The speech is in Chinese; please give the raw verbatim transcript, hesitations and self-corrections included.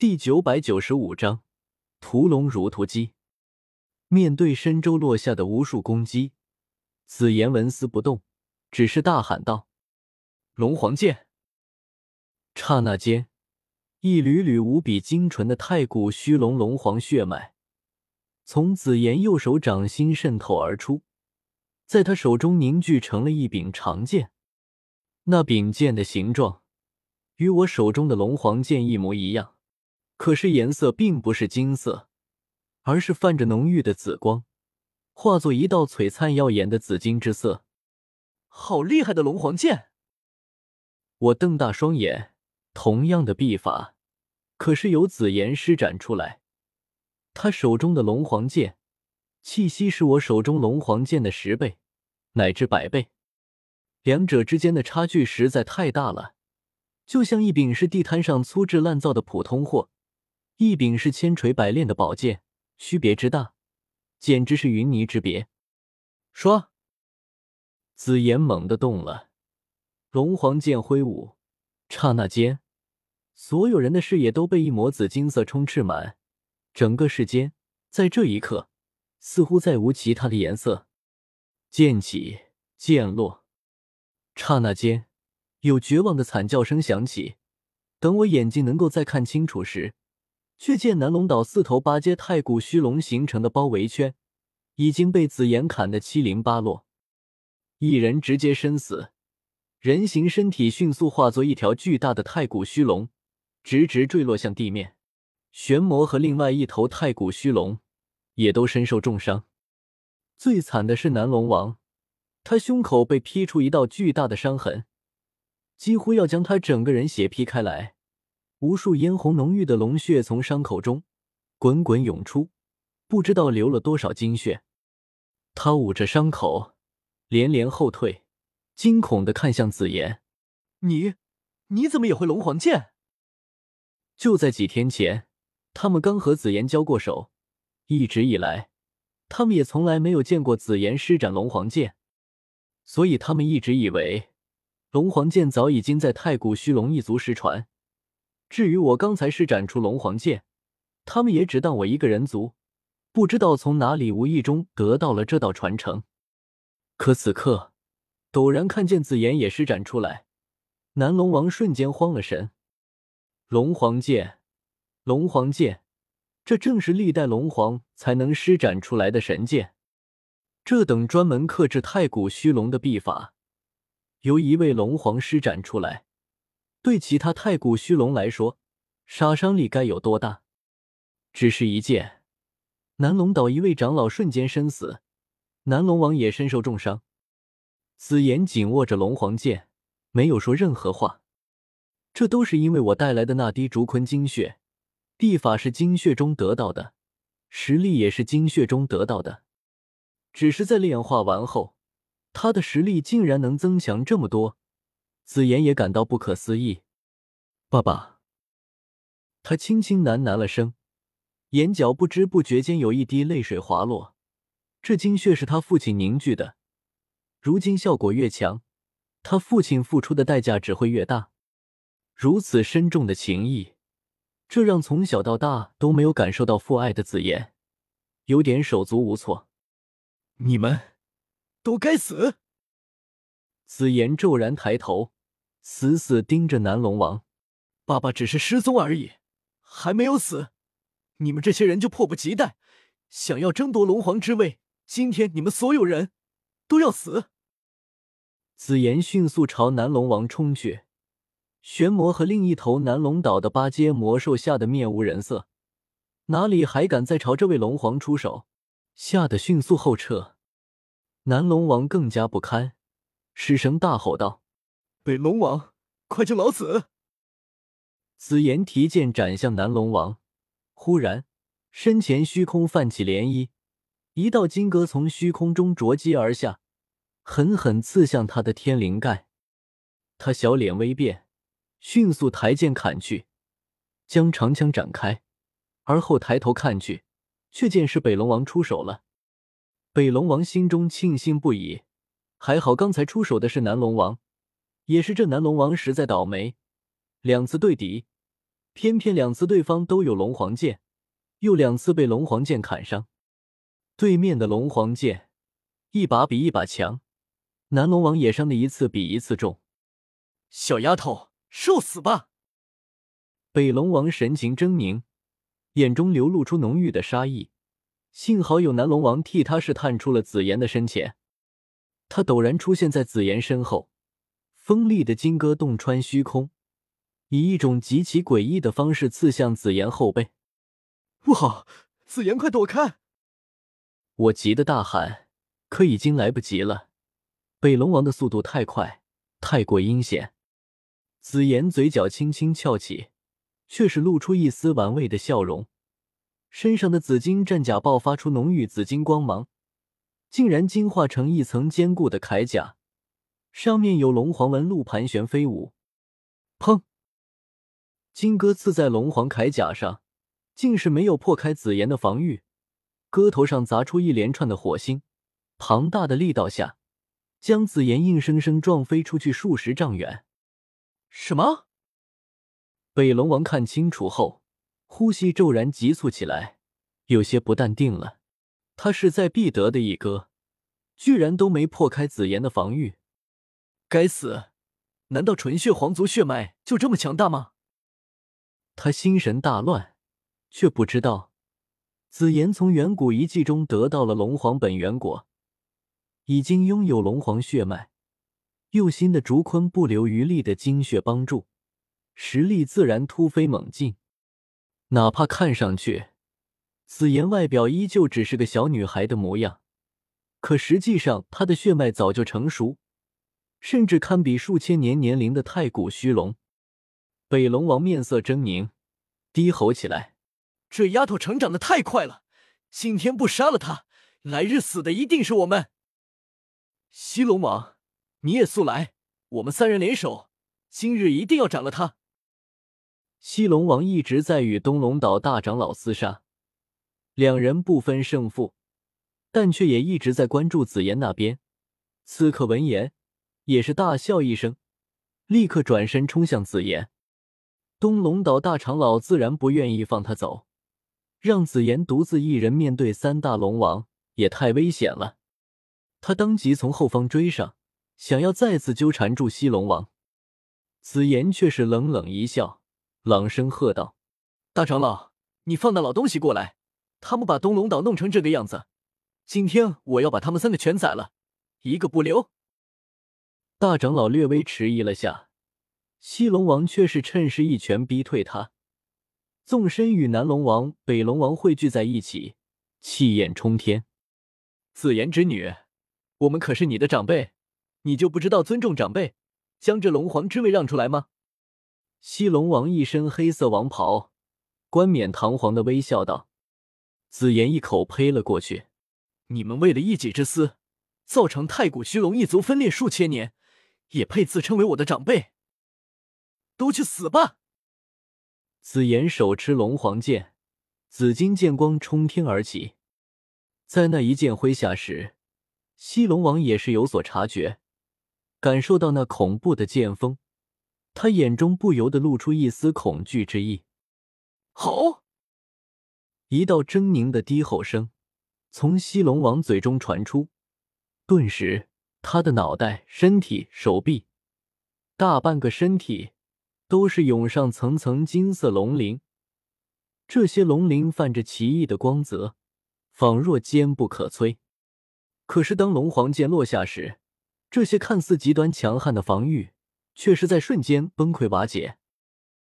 第九百九十五章屠龙如屠鸡。面对深州落下的无数攻击，紫妍纹丝不动，只是大喊道：“龙皇剑！”刹那间，一缕缕无比精纯的太古虚龙龙皇血脉从紫妍右手掌心渗透而出，在他手中凝聚成了一柄长剑。那柄剑的形状与我手中的龙皇剑一模一样，可是颜色并不是金色，而是泛着浓郁的紫光，化作一道璀璨耀眼的紫金之色。好厉害的龙皇剑！我瞪大双眼，同样的臂法，可是由紫妍施展出来。他手中的龙皇剑气息是我手中龙皇剑的十倍乃至百倍，两者之间的差距实在太大了，就像一柄是地摊上粗制滥造的普通货，一柄是千锤百炼的宝剑，区别之大，简直是云泥之别。说，紫妍猛地动了，龙皇剑挥舞，刹那间，所有人的视野都被一抹紫金色充斥满，整个世间在这一刻似乎再无其他的颜色。剑起剑落，刹那间有绝望的惨叫声响起。等我眼睛能够再看清楚时，却见南龙岛四头八阶太古虚龙形成的包围圈已经被紫妍砍得七零八落，一人直接身死，人形身体迅速化作一条巨大的太古虚龙，直直坠落向地面。玄魔和另外一头太古虚龙也都身受重伤。最惨的是南龙王，他胸口被劈出一道巨大的伤痕，几乎要将他整个人血劈开来，无数嫣红浓郁的龙血从伤口中滚滚涌出，不知道流了多少精血。他捂着伤口连连后退，惊恐地看向紫妍：“你你怎么也会龙皇剑？”就在几天前，他们刚和紫妍交过手，一直以来他们也从来没有见过紫妍施展龙皇剑，所以他们一直以为龙皇剑早已经在太古虚龙一族失传。至于我刚才施展出龙皇剑，他们也只当我一个人族，不知道从哪里无意中得到了这道传承。可此刻陡然看见紫妍也施展出来，南龙王瞬间慌了神。龙皇剑，龙皇剑，这正是历代龙皇才能施展出来的神剑。这等专门克制太古虚龙的臂法，由一位龙皇施展出来，对其他太古虚龙来说，杀伤力该有多大？只是一剑，南龙岛一位长老瞬间身死，南龙王也身受重伤。紫妍紧握着龙皇剑，没有说任何话。这都是因为我带来的那滴竹坤精血，臂法是精血中得到的，实力也是精血中得到的。只是在炼化完后，他的实力竟然能增强这么多，紫妍也感到不可思议。爸爸，他轻轻喃喃了声，眼角不知不觉间有一滴泪水滑落。这精血是他父亲凝聚的，如今效果越强，他父亲付出的代价只会越大。如此深重的情谊，这让从小到大都没有感受到父爱的紫妍有点手足无措。 你们都该死！ 紫妍骤然抬头，死死盯着南龙王。 爸爸只是失踪而已，还没有死。你们这些人就迫不及待，想要争夺龙皇之位，今天你们所有人都要死！ 紫妍迅速朝南龙王冲去。玄魔和另一头南龙岛的八阶魔兽吓得面无人色，哪里还敢再朝这位龙皇出手，吓得迅速后撤。南龙王更加不堪，失声大吼道：“ 北龙王，快救老子！” 紫妍提剑斩向南龙王，忽然身前虚空泛起涟漪，一道金戈从虚空中着击而下，狠狠刺向他的天灵盖。他小脸微变，迅速抬剑砍去，将长枪展开，而后抬头看去，却见是北龙王出手了。北龙王心中庆幸不已，还好刚才出手的是南龙王，也是这南龙王实在倒霉，两次对敌， 偏偏两次对方都有龙皇剑，又两次被龙皇剑砍伤。对面的龙皇剑一把比一把强，南龙王也伤的一次比一次重。 小丫头，受死吧！ 北龙王神情狰狞，眼中流露出浓郁的杀意。幸好有南龙王替他试探出了紫妍的身前。他陡然出现在紫妍身后，锋利的金戈洞穿虚空，以一种极其诡异的方式刺向紫妍后背。 不好，紫妍快躲开！ 我急得大喊，可已经来不及了。北龙王的速度太快，太过阴险。紫妍嘴角轻轻翘起，却是露出一丝玩味的笑容。身上的紫金战甲爆发出浓郁紫金光芒，竟然金化成一层坚固的铠甲，上面有龙皇纹路盘旋飞舞。砰！金戈刺在龙皇铠甲上，竟是没有破开紫妍的防御，戈头上砸出一连串的火星，庞大的力道下，将紫妍硬生生撞飞出去数十丈远。 什么？ 北龙王看清楚后，呼吸骤然急促起来，有些不淡定了。他势在必得的一戈，居然都没破开紫妍的防御。 该死！难道纯血皇族血脉就这么强大吗？ 他心神大乱，却不知道紫妍从远古遗迹中得到了龙皇本源果，已经拥有龙皇血脉，又新的竹坤不留余力的精血帮助，实力自然突飞猛进。哪怕看上去紫妍外表依旧只是个小女孩的模样，可实际上她的血脉早就成熟，甚至堪比数千年年龄的太古虚龙。北龙王面色狰狞，低吼起来： 这丫头成长得太快了，今天不杀了她，来日死的一定是我们。西龙王，你也速来，我们三人联手，今日一定要斩了她。 西龙王一直在与东龙岛大长老厮杀，两人不分胜负，但却也一直在关注紫妍那边。此刻闻言，也是大笑一声，立刻转身冲向紫妍。东龙岛大长老自然不愿意放他走，让紫妍独自一人面对三大龙王也太危险了。他当即从后方追上，想要再次纠缠住西龙王。紫妍却是冷冷一笑，朗声喝道： 大长老，你放那老东西过来，他们把东龙岛弄成这个样子，今天我要把他们三个全宰了，一个不留。 大长老略微迟疑了下，西龙王却是趁势一拳逼退他，纵身与南龙王、北龙王汇聚在一起，气焰冲天。 紫妍之女，我们可是你的长辈，你就不知道尊重长辈，将这龙皇之位让出来吗？ 西龙王一身黑色王袍，冠冕堂皇地微笑道。紫妍一口呸了过去： 你们为了一己之私，造成太古虚龙一族分裂数千年，也配自称为我的长辈？都去死吧！ 紫妍手持龙皇剑，紫金剑光冲天而起。在那一剑挥下时，西龙王也是有所察觉，感受到那恐怖的剑锋，他眼中不由得露出一丝恐惧之意。 好！ 一道狰狞的低吼声从西龙王嘴中传出，顿时他的脑袋、身体、手臂，大半个身体都是涌上层层金色龙鳞。这些龙鳞泛着奇异的光泽，仿若坚不可摧。可是当龙皇剑落下时，这些看似极端强悍的防御却是在瞬间崩溃瓦解。